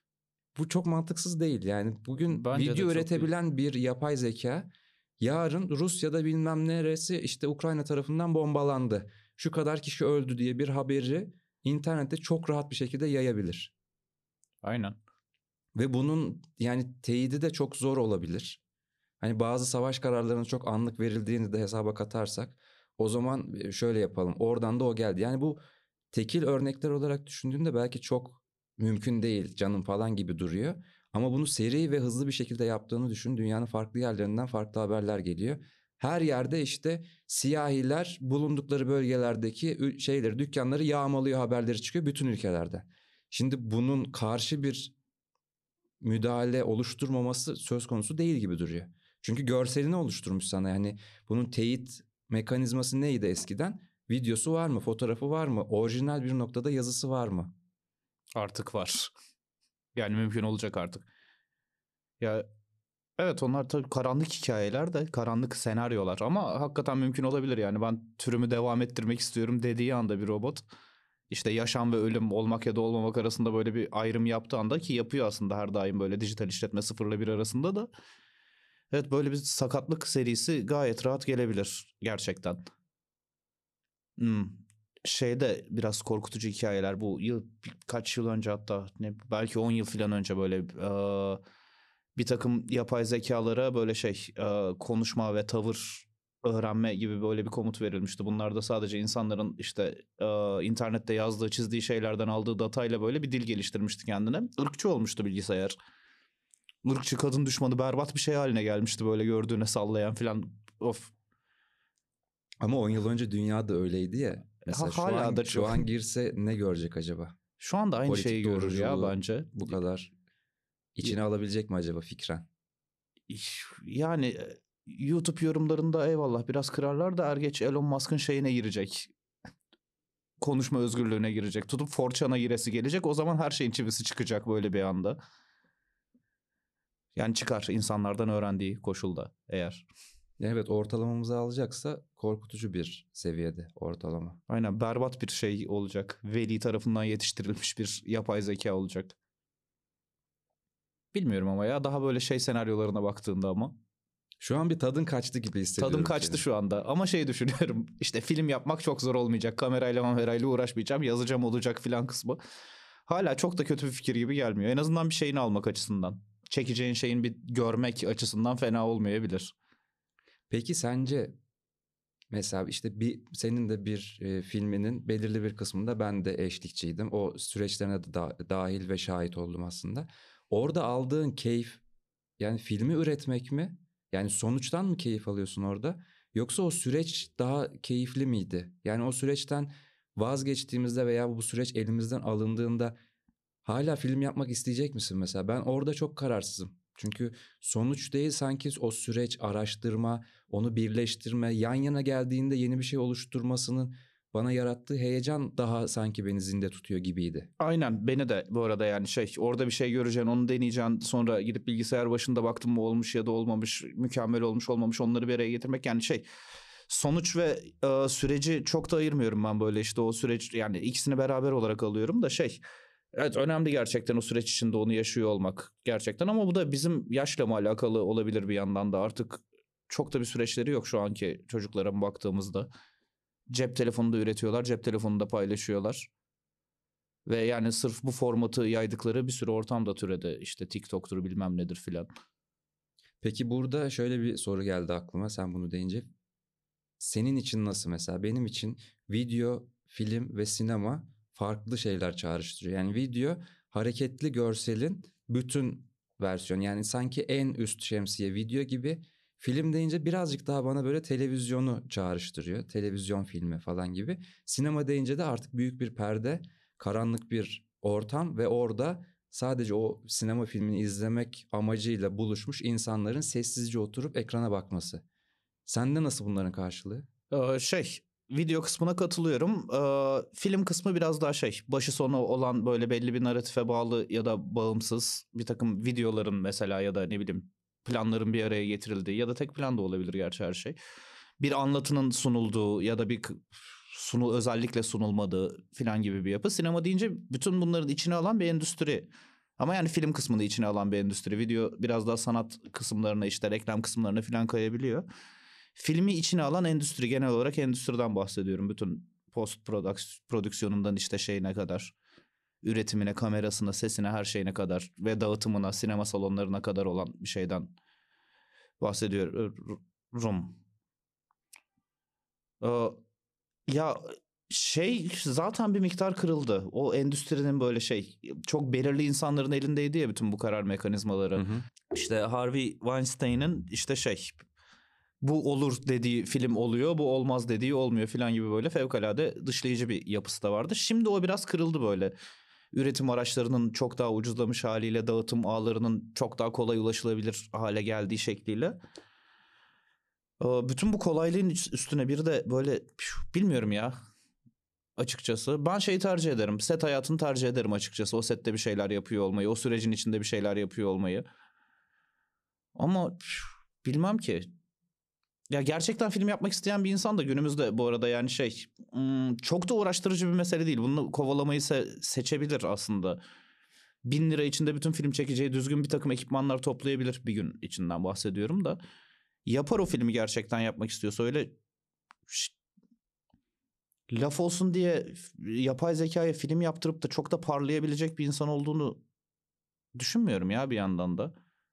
Speaker 1: Bu çok mantıksız değil. Yani bugün
Speaker 2: Bence de
Speaker 1: video
Speaker 2: çok değil.
Speaker 1: üretebilen bir yapay zeka yarın Rusya'da bilmem neresi işte Ukrayna tarafından bombalandı, şu kadar kişi öldü diye bir haberi internette çok rahat bir şekilde yayabilir.
Speaker 2: Aynen.
Speaker 1: Ve bunun yani teyidi de çok zor olabilir. Hani bazı savaş kararlarının çok anlık verildiğini de hesaba katarsak o zaman şöyle yapalım. Oradan da o geldi. Yani bu tekil örnekler olarak düşündüğünde belki çok mümkün değil canım falan gibi duruyor. Ama bunu seri ve hızlı bir şekilde yaptığını düşün. Dünyanın farklı yerlerinden farklı haberler geliyor. Her yerde işte siyahiler bulundukları bölgelerdeki şeyleri, dükkanları yağmalıyor haberleri çıkıyor bütün ülkelerde. Şimdi bunun karşı bir müdahale oluşturmaması söz konusu değil gibi duruyor. Çünkü görselini oluşturmuş sana. Yani bunun teyit mekanizması neydi eskiden? Videosu var mı? Fotoğrafı var mı? Orijinal bir noktada yazısı var mı?
Speaker 2: Artık var. Yani mümkün olacak artık. Ya evet, onlar tabii karanlık hikayeler de, karanlık senaryolar ama hakikaten mümkün olabilir yani. Ben türümü devam ettirmek istiyorum dediği anda bir robot işte yaşam ve ölüm, olmak ya da olmamak arasında böyle bir ayrım yaptığı anda, ki yapıyor aslında her daim böyle dijital işletme sıfırla bir arasında da. Evet, böyle bir sakatlık serisi gayet rahat gelebilir gerçekten. Hmm. Şeyde biraz korkutucu hikayeler, bu yıl kaç yıl önce, hatta ne belki on yıl falan önce böyle eee, bir takım yapay zekalara böyle şey eee, konuşma ve tavır öğrenme gibi böyle bir komut verilmişti. Bunlar da sadece insanların işte eee, internette yazdığı, çizdiği şeylerden aldığı datayla böyle bir dil geliştirmişti kendine. Irkçı olmuştu bilgisayar. Irkçı, kadın düşmanı, berbat bir şey haline gelmişti böyle gördüğüne sallayan falan. Of.
Speaker 1: Ama on yıl önce dünya da öyleydi ya.
Speaker 2: Ha,
Speaker 1: Mesela şu
Speaker 2: hala
Speaker 1: an
Speaker 2: da
Speaker 1: şu
Speaker 2: çok.
Speaker 1: an girse ne görecek acaba?
Speaker 2: Şu anda aynı şeyi
Speaker 1: Politik
Speaker 2: görür ya
Speaker 1: doğruculuğu
Speaker 2: bence.
Speaker 1: bu kadar içine alabilecek mi acaba fikren?
Speaker 2: Yani e, YouTube yorumlarında eyvallah biraz kırarlar da er geç Elon Musk'ın şeyine girecek. Konuşma özgürlüğüne girecek. Tutup four chan'a giresi gelecek. O zaman her şeyin çivisi çıkacak böyle bir anda. Yani çıkar, insanlardan öğrendiği koşulda eğer.
Speaker 1: Evet, ortalamamızı alacaksa korkutucu bir seviyede ortalama.
Speaker 2: Aynen, berbat bir şey olacak. Veli tarafından yetiştirilmiş bir yapay zeka olacak. Bilmiyorum ama ya, daha böyle şey senaryolarına baktığında ama.
Speaker 1: Şu an bir tadın kaçtı gibi
Speaker 2: Tadım
Speaker 1: hissediyorum
Speaker 2: kaçtı
Speaker 1: senin.
Speaker 2: şu anda ama şey düşünüyorum, işte film yapmak çok zor olmayacak, kamerayla mamerayla uğraşmayacağım, yazacağım olacak filan kısmı. Hala çok da kötü bir fikir gibi gelmiyor. En azından bir şeyini almak açısından. Çekeceğin şeyin bir görmek açısından fena olmayabilir.
Speaker 1: Peki sence mesela işte bir senin de bir e, filminin belirli bir kısmında ben de eşlikçiydim. O süreçlerine de da- dahil ve şahit oldum aslında. Orada aldığın keyif yani filmi üretmek mi? Yani sonuçtan mı keyif alıyorsun orada? Yoksa o süreç daha keyifli miydi? Yani o süreçten vazgeçtiğimizde veya bu süreç elimizden alındığında hala film yapmak isteyecek misin mesela? Ben orada çok kararsızım. Çünkü sonuç değil sanki o süreç, araştırma, onu birleştirme, yan yana geldiğinde yeni bir şey oluşturmasının bana yarattığı heyecan daha sanki beni zinde tutuyor gibiydi.
Speaker 2: Aynen, beni de bu arada, yani şey, orada bir şey göreceksin, onu deneyeceksin, sonra gidip bilgisayar başında baktın mı olmuş ya da olmamış, mükemmel olmuş olmamış, onları bir araya getirmek, yani şey, sonuç ve e, süreci çok da ayırmıyorum ben, böyle işte o süreç, yani ikisini beraber olarak alıyorum da şey, evet, önemli gerçekten o süreç içinde onu yaşıyor olmak gerçekten, ama bu da bizim yaşla mı alakalı olabilir bir yandan da, artık çok da bir süreçleri yok şu anki çocuklara baktığımızda. Cep telefonunda üretiyorlar, cep telefonunda paylaşıyorlar. Ve yani sırf bu formatı yaydıkları bir sürü ortam da türedi. İşte TikTok'tur bilmem nedir filan.
Speaker 1: Peki burada şöyle bir soru geldi aklıma sen bunu deyince. Senin için nasıl mesela? Benim için video, film ve sinema farklı şeyler çağrıştırıyor. Yani video hareketli görselin bütün versiyonu. Yani sanki en üst şemsiye video gibi. Film deyince birazcık daha bana böyle televizyonu çağrıştırıyor. Televizyon filmi falan gibi. Sinema deyince de artık büyük bir perde, karanlık bir ortam ve orada sadece o sinema filmini izlemek amacıyla buluşmuş insanların sessizce oturup ekrana bakması. Sende nasıl bunların karşılığı?
Speaker 2: Ee, şey, video kısmına katılıyorum. Ee, film kısmı biraz daha şey, başı sonu olan, böyle belli bir narratife bağlı ya da bağımsız bir takım videoların mesela, ya da ne bileyim planların bir araya getirildiği, ya da tek plan da olabilir gerçi her şey. Bir anlatının sunulduğu ya da bir k- sunu özellikle sunulmadığı filan gibi bir yapı. Sinema deyince bütün bunların içine alan bir endüstri. Ama yani film kısmını içine alan bir endüstri. Video biraz daha sanat kısımlarına, işte reklam kısımlarına filan kayabiliyor. Filmi içine alan endüstri, genel olarak endüstriden bahsediyorum. Bütün post prodüksiyonundan işte şeyine kadar, üretimine, kamerasına, sesine, her şeyine kadar ve dağıtımına, sinema salonlarına kadar olan bir şeyden bahsediyorum. Ee, Ya şey, zaten bir miktar kırıldı. O endüstrinin böyle şey, çok belirli insanların elindeydi ya bütün bu karar
Speaker 1: Hı
Speaker 2: mekanizmaları.
Speaker 1: hı.
Speaker 2: İşte Harvey Weinstein'ın işte şey, bu olur dediği film oluyor, bu olmaz dediği olmuyor falan gibi, böyle fevkalade dışlayıcı bir yapısı da vardı. Şimdi o biraz kırıldı böyle. Üretim araçlarının çok daha ucuzlamış haliyle, dağıtım ağlarının çok daha kolay ulaşılabilir hale geldiği şekliyle. Ee, Bütün bu kolaylığın üstüne bir de böyle, bilmiyorum ya, açıkçası. Ben şeyi tercih ederim. Set hayatını tercih ederim açıkçası. O sette bir şeyler yapıyor olmayı, o sürecin içinde bir şeyler yapıyor olmayı. Ama bilmem ki. Ya gerçekten film yapmak isteyen bir insan da günümüzde bu arada yani şey hmm, çok da uğraştırıcı bir mesele değil. Bunu kovalamayı se- seçebilir aslında. Bin lira içinde bütün film çekeceği düzgün bir takım ekipmanlar toplayabilir, bir gün içinden bahsediyorum da. Yapar o filmi gerçekten yapmak istiyorsa. Öyle ş- laf olsun diye f- yapay zekaya film yaptırıp da çok da parlayabilecek bir insan olduğunu düşünmüyorum ya bir yandan da.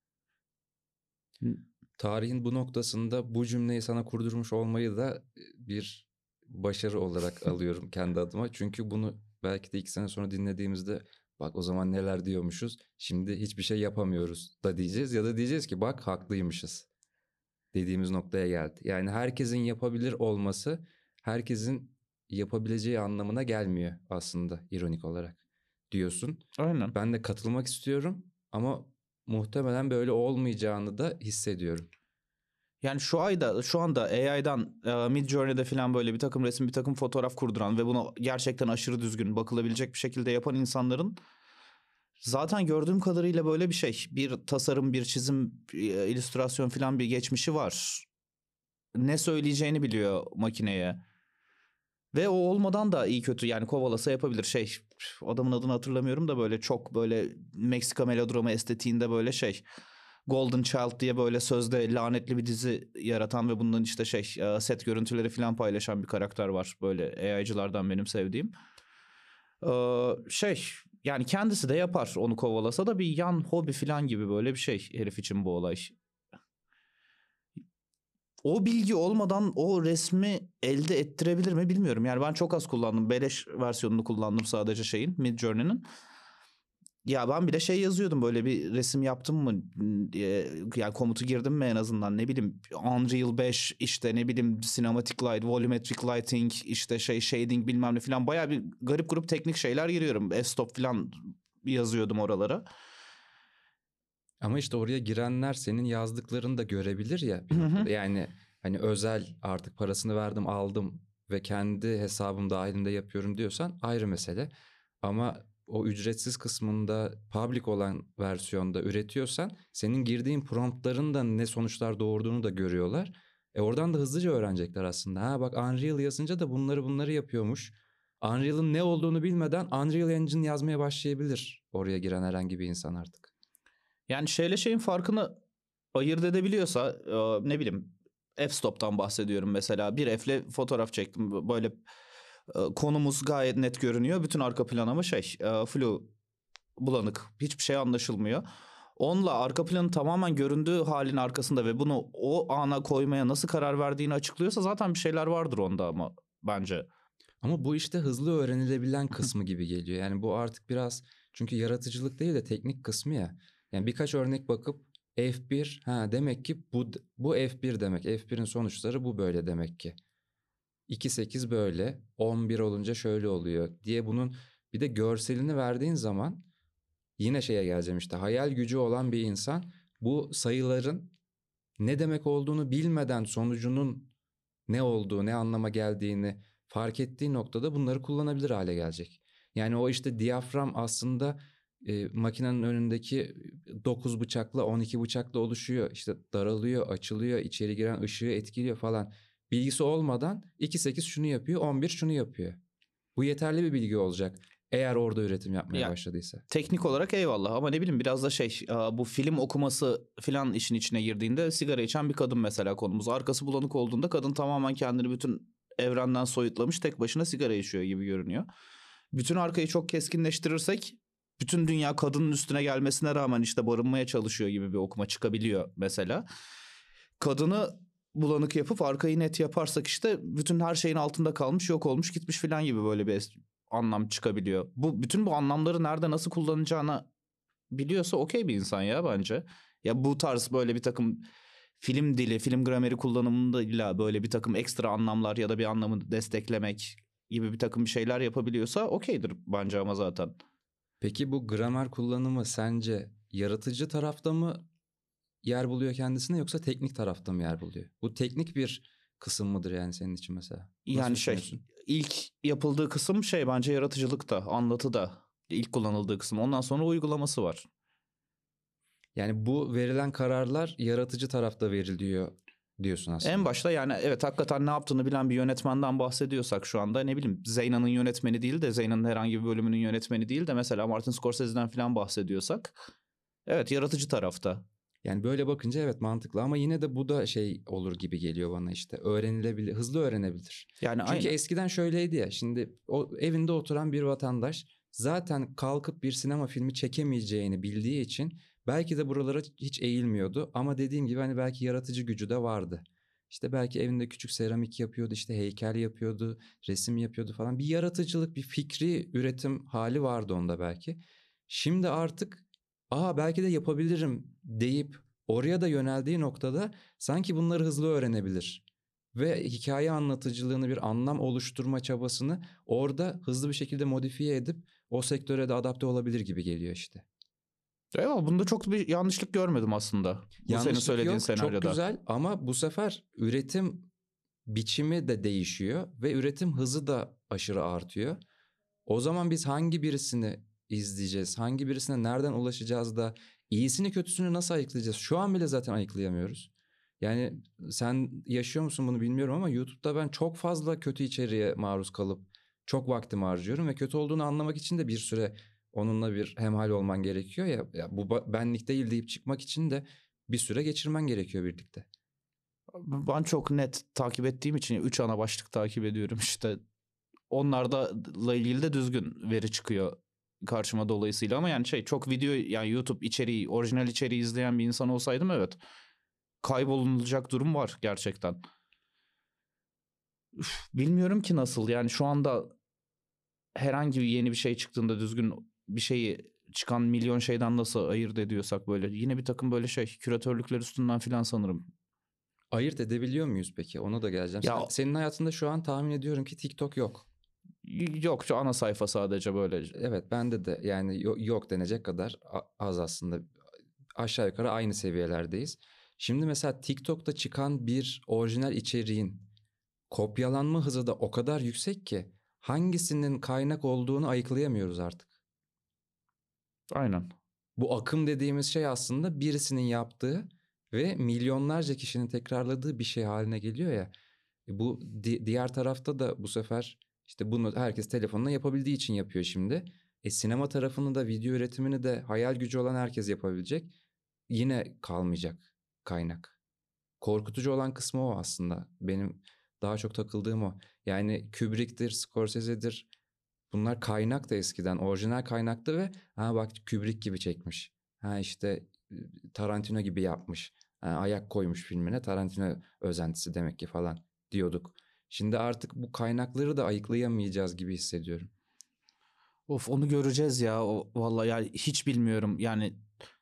Speaker 1: Tarihin bu noktasında bu cümleyi sana kurdurmuş olmayı da e, bir başarı olarak alıyorum kendi adıma. Çünkü bunu belki de iki sene sonra dinlediğimizde bak o zaman neler diyormuşuz. Şimdi hiçbir şey yapamıyoruz da diyeceğiz. Ya da diyeceğiz ki bak haklıymışız dediğimiz noktaya geldi. Yani herkesin yapabilir olması herkesin yapabileceği anlamına gelmiyor aslında ironik olarak diyorsun.
Speaker 2: Aynen.
Speaker 1: Ben de katılmak istiyorum ama muhtemelen böyle olmayacağını da hissediyorum.
Speaker 2: Yani şu ayda şu anda A I'dan e, Midjourney'de falan böyle bir takım resim bir takım fotoğraf kurduran ve bunu gerçekten aşırı düzgün bakılabilecek bir şekilde yapan insanların zaten gördüğüm kadarıyla böyle bir şey, bir tasarım, bir çizim, e, illüstrasyon falan bir geçmişi var. Ne söyleyeceğini biliyor makineye. Ve o olmadan da iyi kötü yani kovalasa yapabilir. Şey, adamın adını hatırlamıyorum da böyle çok böyle Meksika melodrama estetiğinde böyle şey, Golden Child diye böyle sözde lanetli bir dizi yaratan ve bundan işte şey e, set görüntüleri falan paylaşan bir karakter var. Böyle A I'cılardan benim sevdiğim. Ee, şey yani kendisi de yapar onu kovalasa da, bir yan hobi falan gibi böyle bir şey herif için bu olay. O bilgi olmadan o resmi elde ettirebilir mi bilmiyorum. Yani ben çok az kullandım. Beleş versiyonunu kullandım sadece şeyin, Midjourney'nin. Ya ben bile şey yazıyordum, böyle bir resim yaptım mı diye, yani komutu girdim mi en azından, ne bileyim Unreal beş işte, ne bileyim Cinematic Light, Volumetric Lighting, işte şey shading bilmem ne falan, bayağı bir garip grup teknik şeyler giriyorum. F-stop falan yazıyordum oralara.
Speaker 1: Ama işte oraya girenler senin yazdıklarını da görebilir ya
Speaker 2: Hı
Speaker 1: bir
Speaker 2: hı.
Speaker 1: noktada. Yani hani özel artık parasını verdim aldım ve kendi hesabım dahilinde yapıyorum diyorsan ayrı mesele. Ama o ücretsiz kısmında public olan versiyonda üretiyorsan senin girdiğin promptların da ne sonuçlar doğurduğunu da görüyorlar. E oradan da hızlıca öğrenecekler aslında. Ha bak Unreal yazınca da bunları bunları yapıyormuş. Unreal'ın ne olduğunu bilmeden Unreal Engine yazmaya başlayabilir oraya giren herhangi bir insan artık.
Speaker 2: Yani şeyle şeyin farkını ayırt edebiliyorsa, e, ne bileyim f-stop'tan bahsediyorum mesela. Bir F'le fotoğraf çektim. Böyle e, konumuz gayet net görünüyor. Bütün arka plan ama şey, e, flu, bulanık. Hiçbir şey anlaşılmıyor. Onunla arka planın tamamen göründüğü halin arkasında ve bunu o ana koymaya nasıl karar verdiğini açıklıyorsa zaten bir şeyler vardır onda ama bence.
Speaker 1: Ama bu işte hızlı öğrenilebilen kısmı gibi geliyor. Yani bu artık biraz çünkü yaratıcılık değil de teknik kısmı ya. Yani birkaç örnek bakıp F bir ha demek ki bu bu F bir demek. F birin sonuçları bu böyle demek ki. iki sekiz böyle, on bir olunca şöyle oluyor diye bunun bir de görselini verdiğin zaman yine şeye geleceğim işte hayal gücü olan bir insan bu sayıların ne demek olduğunu bilmeden sonucunun ne olduğu, ne anlama geldiğini fark ettiği noktada bunları kullanabilir hale gelecek. Yani o işte diyafram aslında e, makinenin önündeki dokuz bıçakla on iki bıçakla oluşuyor. İşte daralıyor, açılıyor, içeri giren ışığı etkiliyor falan. Bilgisi olmadan iki sekiz şunu yapıyor, on bir şunu yapıyor. Bu yeterli bir bilgi olacak eğer orada üretim yapmaya
Speaker 2: Ya
Speaker 1: başladıysa.
Speaker 2: teknik olarak eyvallah ama ne bileyim biraz da şey, bu film okuması filan işin içine girdiğinde, sigara içen bir kadın mesela konumuz. Arkası bulanık olduğunda kadın tamamen kendini bütün evrenden soyutlamış, tek başına sigara içiyor gibi görünüyor. Bütün arkayı çok keskinleştirirsek bütün dünya kadının üstüne gelmesine rağmen işte barınmaya çalışıyor gibi bir okuma çıkabiliyor mesela. Kadını bulanık yapıp arkayı net yaparsak işte bütün her şeyin altında kalmış, yok olmuş, gitmiş filan gibi böyle bir anlam çıkabiliyor. Bu bütün bu anlamları nerede nasıl kullanacağını biliyorsa okey bir insan ya bence. Ya bu tarz böyle bir takım film dili, film grameri kullanımıyla böyle bir takım ekstra anlamlar ya da bir anlamı desteklemek gibi bir takım bir şeyler yapabiliyorsa okeydir bence ama zaten.
Speaker 1: Peki bu gramer kullanımı sence yaratıcı tarafta mı yer buluyor kendisine yoksa teknik tarafta mı yer buluyor? Bu teknik bir kısım mıdır yani senin için mesela? Nasıl
Speaker 2: Yani şey,
Speaker 1: düşünüyorsun?
Speaker 2: ilk yapıldığı kısım şey bence yaratıcılıkta, anlatıda ilk kullanıldığı kısım. Ondan sonra uygulaması var.
Speaker 1: Yani bu verilen kararlar yaratıcı tarafta veriliyor diyorsun aslında.
Speaker 2: En başta yani evet hakikaten ne yaptığını bilen bir yönetmenden bahsediyorsak şu anda ne bileyim Zeyna'nın yönetmeni değil de Zeyna'nın herhangi bir bölümünün yönetmeni değil de mesela Martin Scorsese'den falan bahsediyorsak evet yaratıcı tarafta.
Speaker 1: Yani böyle bakınca evet mantıklı ama yine de bu da şey olur gibi geliyor bana işte. Öğrenilebilir, hızlı öğrenebilir.
Speaker 2: Yani
Speaker 1: Çünkü
Speaker 2: aynı.
Speaker 1: eskiden şöyleydi ya. Şimdi o evinde oturan bir vatandaş zaten kalkıp bir sinema filmi çekemeyeceğini bildiği için belki de buralara hiç eğilmiyordu. Ama dediğim gibi hani belki yaratıcı gücü de vardı. İşte belki evinde küçük seramik yapıyordu, işte heykel yapıyordu, resim yapıyordu falan. Bir yaratıcılık, bir fikri üretim hali vardı onda belki. Şimdi artık aa belki de yapabilirim deyip oraya da yöneldiği noktada sanki bunları hızlı öğrenebilir. Ve hikaye anlatıcılığını bir anlam oluşturma çabasını orada hızlı bir şekilde modifiye edip o sektöre de adapte olabilir gibi geliyor işte.
Speaker 2: Eyvallah bunda çok bir yanlışlık görmedim aslında. Bu senin
Speaker 1: Yanlışlık
Speaker 2: söylediğin
Speaker 1: yok, çok
Speaker 2: senaryoda.
Speaker 1: güzel ama bu sefer üretim biçimi de değişiyor ve üretim hızı da aşırı artıyor. O zaman biz hangi birisini izleyeceğiz? Hangi birisine nereden ulaşacağız da iyisini kötüsünü nasıl ayıklayacağız? Şu an bile zaten ayıklayamıyoruz. Yani sen yaşıyor musun bunu bilmiyorum ama YouTube'da ben çok fazla kötü içeriğe maruz kalıp çok vaktimi harcıyorum ve kötü olduğunu anlamak için de bir süre onunla bir hemhal olman gerekiyor ya, ya bu ba- benlik değil deyip çıkmak için de bir süre geçirmen gerekiyor birlikte.
Speaker 2: Ben çok net takip ettiğim için üç ana başlık takip ediyorum işte. Onlarla ilgili de düzgün veri çıkıyor karşıma dolayısıyla ama yani şey çok video yani YouTube içeriği, orijinal içeriği izleyen bir insan olsaydım evet kaybolunacak durum var gerçekten. Üf, bilmiyorum ki nasıl yani şu anda herhangi bir yeni bir şey çıktığında düzgün bir şeyi çıkan milyon şeyden nasıl ayırt ediyorsak böyle yine bir takım böyle şey küratörlükler üstünden filan sanırım.
Speaker 1: Ayırt edebiliyor muyuz peki? Ona da geleceğim.
Speaker 2: Ya
Speaker 1: Sen, senin hayatında şu an tahmin ediyorum ki TikTok yok.
Speaker 2: yok şu ana sayfa sadece böyle.
Speaker 1: Evet bende de yani yo- yok denecek kadar a- az aslında. Aşağı yukarı aynı seviyelerdeyiz. Şimdi mesela TikTok'ta çıkan bir orijinal içeriğin kopyalanma hızı da o kadar yüksek ki hangisinin kaynak olduğunu ayıklayamıyoruz artık.
Speaker 2: Aynen.
Speaker 1: Bu akım dediğimiz şey aslında birisinin yaptığı ve milyonlarca kişinin tekrarladığı bir şey haline geliyor ya. E bu di- diğer tarafta da bu sefer işte bunu herkes telefonla yapabildiği için yapıyor şimdi. E sinema tarafını da video üretimini de hayal gücü olan herkes yapabilecek. Yine kalmayacak kaynak. Korkutucu olan kısmı o aslında. Benim daha çok takıldığım o. Yani Kubrick'tir, Scorsese'dir. Bunlar kaynak da eskiden. Orijinal kaynaktı ve ha bak Kubrick gibi çekmiş. Ha işte Tarantino gibi yapmış. Ha, ayak koymuş filmine. Tarantino özentisi demek ki falan diyorduk. Şimdi artık bu kaynakları da ayıklayamayacağız gibi hissediyorum.
Speaker 2: Of onu göreceğiz ya. O, vallahi yani hiç bilmiyorum. Yani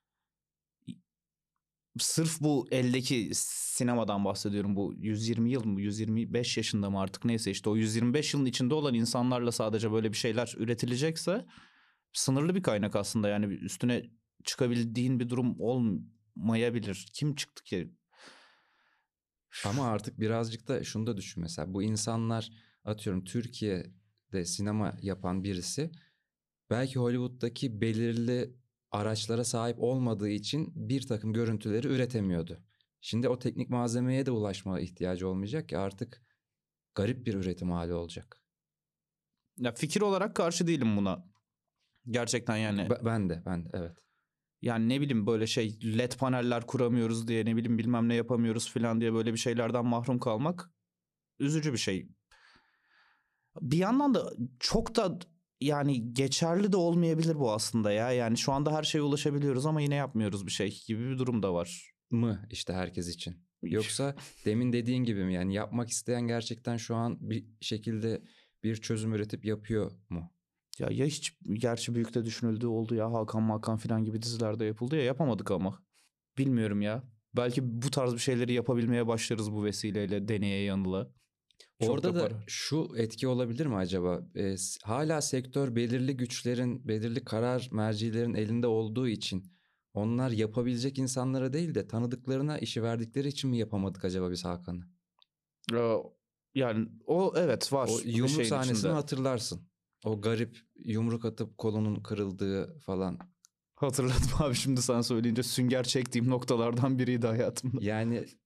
Speaker 2: sırf bu eldeki sinemadan bahsediyorum. Bu yüz yirmi yıl mı yüz yirmi beş yaşında mı artık neyse işte o yüz yirmi beş yılın içinde olan insanlarla sadece böyle bir şeyler üretilecekse sınırlı bir kaynak aslında. Yani üstüne çıkabildiğin bir durum olmayabilir. Kim çıktı ki?
Speaker 1: Ama artık birazcık da şunu da düşün mesela. Bu insanlar atıyorum Türkiye'de sinema yapan birisi belki Hollywood'daki belirli araçlara sahip olmadığı için bir takım görüntüleri üretemiyordu. Şimdi o teknik malzemeye de ulaşma ihtiyacı olmayacak ki artık garip bir üretim hali olacak.
Speaker 2: Ya fikir olarak karşı değilim buna. Gerçekten yani.
Speaker 1: Be- Ben de, ben de evet.
Speaker 2: Yani ne bileyim böyle şey L E D paneller kuramıyoruz diye ne bileyim bilmem ne yapamıyoruz falan diye böyle bir şeylerden mahrum kalmak üzücü bir şey. Bir yandan da çok da yani geçerli de olmayabilir bu aslında ya. Yani şu anda her şeye ulaşabiliyoruz ama yine yapmıyoruz bir şey gibi bir durum da var.
Speaker 1: Mı işte herkes için. Yoksa demin dediğin gibi mi yani yapmak isteyen gerçekten şu an bir şekilde bir çözüm üretip yapıyor mu?
Speaker 2: Ya ya hiç gerçi büyük de düşünüldüğü oldu ya Hakan Makan falan gibi dizilerde yapıldı ya yapamadık ama. Bilmiyorum ya. Belki bu tarz bir şeyleri yapabilmeye başlarız bu vesileyle deneye yanıla. Çok
Speaker 1: Orada
Speaker 2: da
Speaker 1: da
Speaker 2: para.
Speaker 1: şu etki olabilir mi acaba? Ee, s- hala sektör belirli güçlerin, belirli karar mercilerin elinde olduğu için onlar yapabilecek insanlara değil de tanıdıklarına işi verdikleri için mi yapamadık acaba biz Hakan'ı?
Speaker 2: Ee, Yani o evet
Speaker 1: O
Speaker 2: var bir
Speaker 1: yumruk
Speaker 2: şeyin
Speaker 1: sahnesini
Speaker 2: içinde.
Speaker 1: hatırlarsın. O garip yumruk atıp kolunun kırıldığı falan.
Speaker 2: Hatırladım abi şimdi sen söyleyince sünger çektiğim noktalardan biriydi hayatımda.
Speaker 1: Yani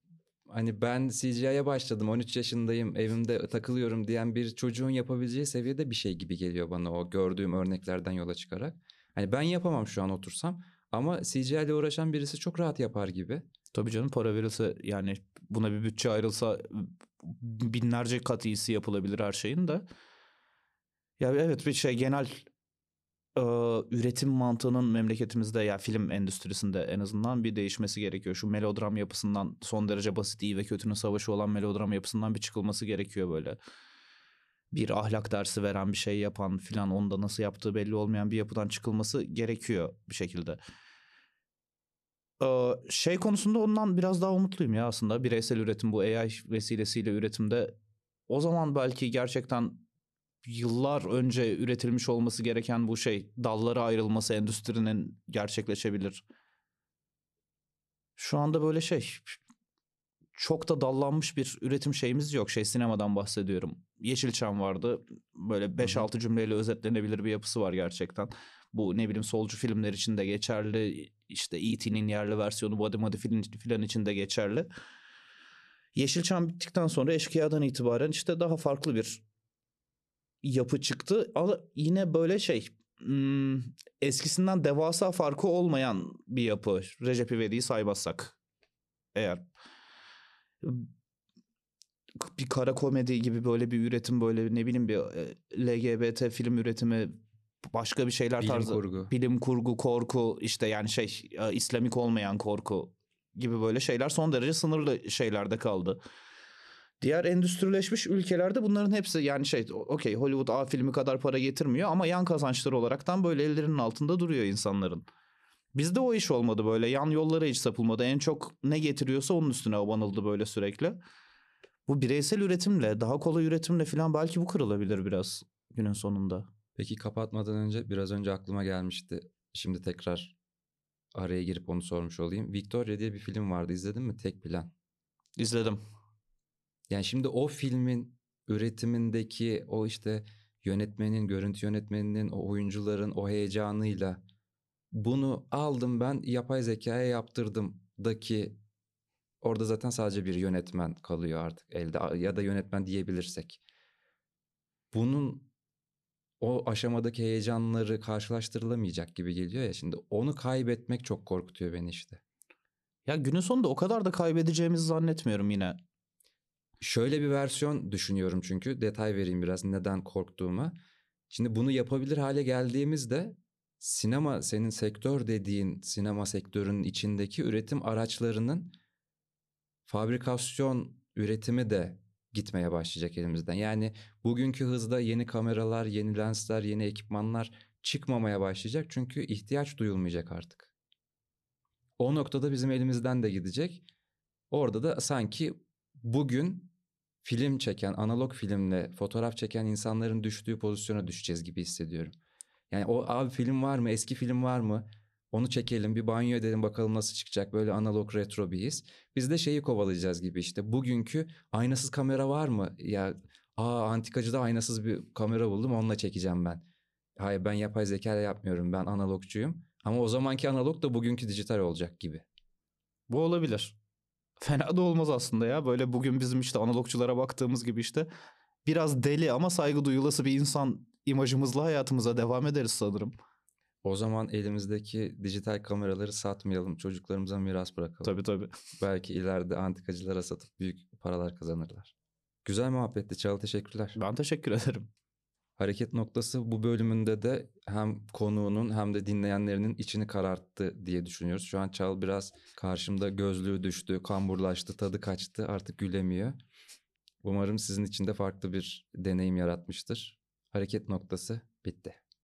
Speaker 1: hani ben C G I'ye başladım, on üç yaşındayım, evimde takılıyorum diyen bir çocuğun yapabileceği seviyede bir şey gibi geliyor bana, o gördüğüm örneklerden yola çıkarak. Hani ben yapamam şu an otursam, ama C G I ile uğraşan birisi çok rahat yapar gibi.
Speaker 2: Tabii canım, para verilse yani, buna bir bütçe ayrılsa binlerce kat iyisi yapılabilir her şeyin de. Ya evet, bir şey genel e, üretim mantığının memleketimizde, ya film endüstrisinde en azından bir değişmesi gerekiyor. Şu melodram yapısından, son derece basit, iyi ve kötünün savaşı olan melodram yapısından bir çıkılması gerekiyor böyle. Bir ahlak dersi veren, bir şey yapan filan, onu da nasıl yaptığı belli olmayan bir yapıdan çıkılması gerekiyor bir şekilde. Ee, şey konusunda ondan biraz daha umutluyum ya aslında. Bireysel üretim, bu A I vesilesiyle üretimde, o zaman belki gerçekten yıllar önce üretilmiş olması gereken bu şey, dallara ayrılması endüstrinin gerçekleşebilir. Şu anda böyle şey, çok da dallanmış bir üretim şeyimiz yok. Şey, sinemadan bahsediyorum. Yeşilçam vardı. Böyle
Speaker 1: Hı
Speaker 2: beş
Speaker 1: hı.
Speaker 2: altı cümleyle özetlenebilir bir yapısı var gerçekten. Bu ne bileyim solcu filmler için de geçerli. İşte E T'nin yerli versiyonu Body Modi filan filan için de geçerli. Yeşilçam bittikten sonra Eşkıya'dan itibaren işte daha farklı bir yapı çıktı. Ama yine böyle şey, hmm, eskisinden devasa farkı olmayan bir yapı. Recep İvedik'i saymazsak eğer. Bir kara komedi gibi böyle bir üretim, böyle ne bileyim bir e, L G B T film üretimi, başka bir şeyler
Speaker 1: Bilim
Speaker 2: tarzı,
Speaker 1: kurgu.
Speaker 2: bilim kurgu, korku, işte yani şey, e, İslamik olmayan korku gibi böyle şeyler son derece sınırlı şeylerde kaldı. Diğer endüstrileşmiş ülkelerde bunların hepsi yani şey, okey, Hollywood A filmi kadar para getirmiyor ama yan kazançları olaraktan böyle ellerinin altında duruyor insanların. Bizde o iş olmadı, böyle yan yollara hiç sapılmadı. En çok ne getiriyorsa onun üstüne abanıldı böyle sürekli. Bu bireysel üretimle, daha kolay üretimle falan belki bu kırılabilir biraz günün sonunda.
Speaker 1: Peki kapatmadan önce, biraz önce aklıma gelmişti. Şimdi tekrar araya girip onu sormuş olayım. Victoria diye bir film vardı, izledin mi? Tek Plan.
Speaker 2: İzledim.
Speaker 1: Yani şimdi o filmin üretimindeki o işte yönetmenin, görüntü yönetmeninin, o oyuncuların o heyecanıyla bunu aldım ben yapay zekaya yaptırdım daki, orada zaten sadece bir yönetmen kalıyor artık elde, ya da yönetmen diyebilirsek. Bunun o aşamadaki heyecanları karşılaştırılamayacak gibi geliyor ya, şimdi onu kaybetmek çok korkutuyor beni işte.
Speaker 2: Ya günün sonunda o kadar da kaybedeceğimizi zannetmiyorum yine.
Speaker 1: Şöyle bir versiyon düşünüyorum, çünkü detay vereyim biraz neden korktuğuma. Şimdi bunu yapabilir hale geldiğimizde sinema, senin sektör dediğin sinema sektörünün içindeki üretim araçlarının fabrikasyon üretimi de gitmeye başlayacak elimizden. Yani bugünkü hızda yeni kameralar, yeni lensler, yeni ekipmanlar çıkmamaya başlayacak, çünkü ihtiyaç duyulmayacak artık. O noktada bizim elimizden de gidecek. Orada da sanki bugün film çeken, analog filmle fotoğraf çeken insanların düştüğü pozisyona düşeceğiz gibi hissediyorum. Yani o, abi film var mı, eski film var mı? Onu çekelim, bir banyo edelim, bakalım nasıl çıkacak, böyle analog retro bir his. Biz de şeyi kovalayacağız gibi işte, bugünkü aynasız kamera var mı? Ya, aa, antikacıda aynasız bir kamera buldum, onunla çekeceğim ben. Hayır, ben yapay zeka ile yapmıyorum, ben analogçuyum. Ama o zamanki analog da bugünkü dijital olacak gibi.
Speaker 2: Bu olabilir. Fena da olmaz aslında ya. Böyle bugün bizim işte analogçulara baktığımız gibi işte biraz deli ama saygı duyulası bir insan imajımızla hayatımıza devam ederiz sanırım.
Speaker 1: O zaman elimizdeki dijital kameraları satmayalım, çocuklarımıza miras bırakalım.
Speaker 2: Tabii tabii.
Speaker 1: Belki ileride antikacılara satıp büyük paralar kazanırlar. Güzel muhabbetti Çağla, teşekkürler.
Speaker 2: Ben teşekkür ederim.
Speaker 1: Hareket noktası bu bölümünde de hem konuğunun hem de dinleyenlerinin içini kararttı diye düşünüyoruz. Şu an Çağla biraz karşımda, gözlüğü düştü, kamburlaştı, tadı kaçtı, artık gülemiyor. Umarım sizin için de farklı bir deneyim yaratmıştır. Hareket noktası bitti.